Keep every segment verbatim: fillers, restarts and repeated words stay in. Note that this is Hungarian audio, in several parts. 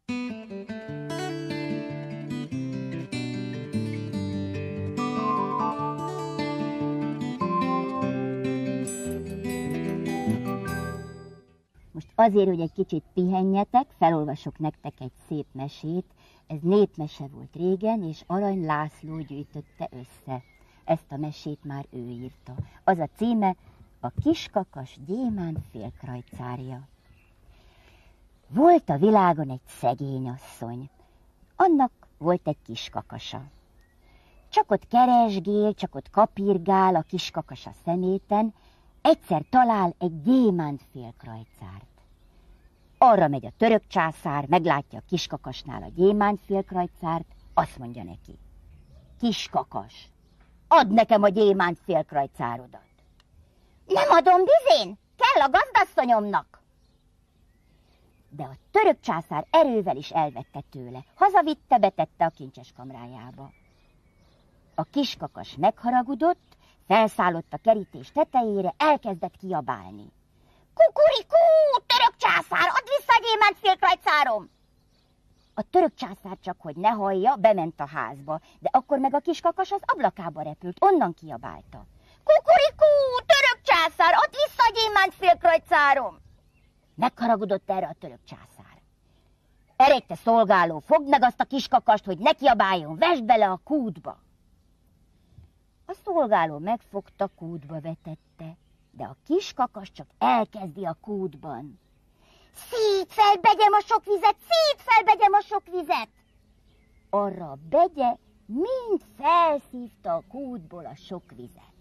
Most azért, hogy egy kicsit pihenjetek, felolvasok nektek egy szép mesét. Ez népmese volt régen, és Arany László gyűjtötte össze. Ezt a mesét már ő írta. Az a címe, a Kiskakas gyémánt félkrajcárja. Volt a világon egy szegény asszony. Annak volt egy kiskakasa. Csak ott keresgél, csak ott kapirgál a kiskakasa szeméten, egyszer talál egy gyémánt félkrajcárt. Arra megy a török császár, meglátja a kiskakasnál a gyémánt félkrajcárt, azt mondja neki: Kiskakas, add nekem a gyémánt félkrajcárodat. Nem adom, bizén, kell a gazdasszonyomnak. De a török császár erővel is elvette tőle, hazavitte, betette a kincses kamrájába. A kiskakas megharagudott, felszállott a kerítés tetejére, elkezdett kiabálni. Kukurikú, török császár, add vissza a gyémánt félkrajcárom! A török császár csak, hogy ne hallja, bement a házba, de akkor meg a kiskakas az ablakába repült, onnan kiabálta. Kukurikú, török császár, add vissza a gyémánt félkrajcárom! Megharagudott erre a török császár. Eredj, te szolgáló, fogd meg azt a kiskakast, hogy ne kiabáljon, vesd bele a kútba! A szolgáló megfogta, kútba vetette, de a kiskakas csak elkezdi a kútban. Szíd fel, begyem a sok vizet, szíd fel, begyem a sok vizet! Arra a begye mind felszívta a kútból a sok vizet.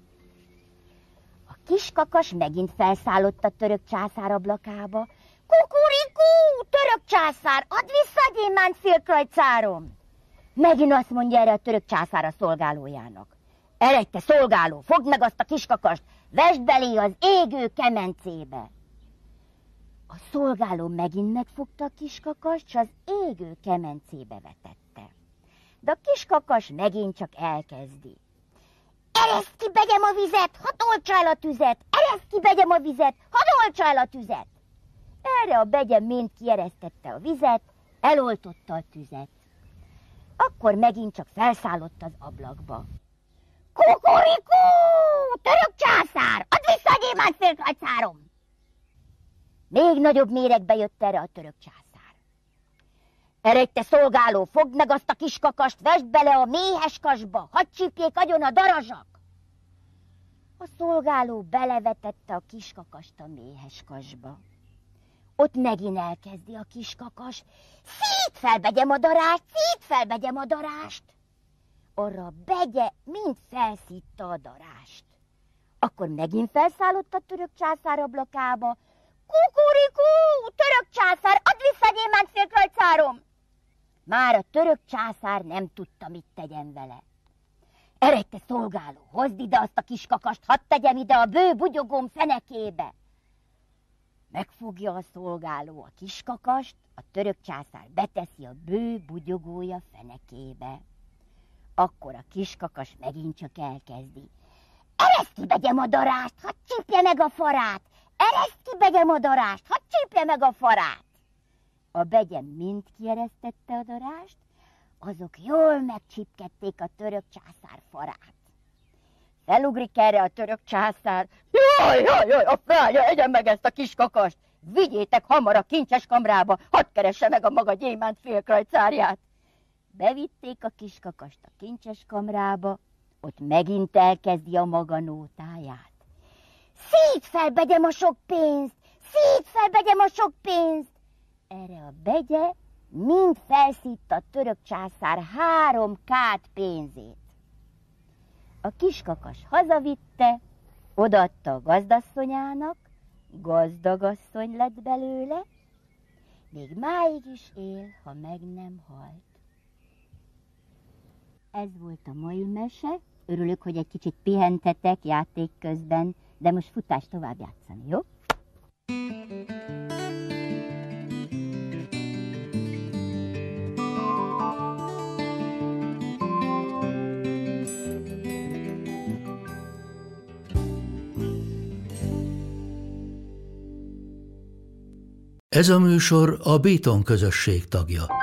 A kiskakas megint felszállott a török császár ablakába. Kukurikú, török császár, add vissza a gyémánt félkrajcárom! Megint azt mondja erre a török császár a szolgálójának. Eredj, te szolgáló, fogd meg azt a kiskakast, vesd belé az égő kemencébe. A szolgáló megint megfogta a kiskakast, s az égő kemencébe vetette. De a kiskakas megint csak elkezdi. Ereszd ki, begyem a vizet, hadd oltsa el a tüzet! Ereszd ki, begyem a vizet, hadd oltsa el a tüzet! Erre a begye mind kieresztette a vizet, eloltotta a tüzet. Akkor megint csak felszállott az ablakba. Kukurikú, török császár, add vissza a gyémánt félkrajcárom! Még nagyobb méregbe jött erre a török császár. Eredj, te szolgáló, fogd meg azt a kiskakast, vesd bele a méhes kasba, hadd csípjék agyon a darazsak! A szolgáló belevetette a kiskakast a méhes kasba. Ott megint elkezdi a kiskakas. Szíd fel, begyem a darást, szíd fel, begyem a darást! Arra a begye mind felszítta a darást. Akkor megint felszállott a török császár ablakába. Kukurikú, török császár, add vissza a gyémánt félkrajcárom! Már a török császár nem tudta, mit tegyen vele. Eredj, te szolgáló, hozd ide azt a kiskakast, hadd tegyem ide a bő bugyogóm fenekébe. Megfogja a szolgáló a kiskakast, a török császár beteszi a bő bugyogója fenekébe. Akkor a kiskakas megint csak elkezdi. Ereszd ki, begyem a darást, hadd csípje meg a farát! Ereszd ki, begyem a darást, hadd csípje meg a farát! A begye mind kieresztette a darást, azok jól megcsípkedték a török császár farát. Felugrik erre a török császár. Jaj, jaj, jaj, a frája, egyen meg ezt a kiskakast! Vigyétek hamar a kincses kamrába, hadd keresse meg a maga gyémánt félkrajcárját! Bevitték a kiskakast a kincses kamrába, ott megint elkezdi a maga nótáját. Szíd fel, begyem a sok pénzt! Szíd fel, begyem a sok pénzt! Erre a begye mind felszítta a török császár három kát pénzét. A kiskakas hazavitte, odaadta a gazdasszonyának, gazdagasszony lett belőle, még máig is él, ha meg nem halt. Ez volt a mai mese. Örülök, hogy egy kicsit pihentetek játék közben, de most futás tovább játszani, jó? Ez a műsor a Béton közösség tagja.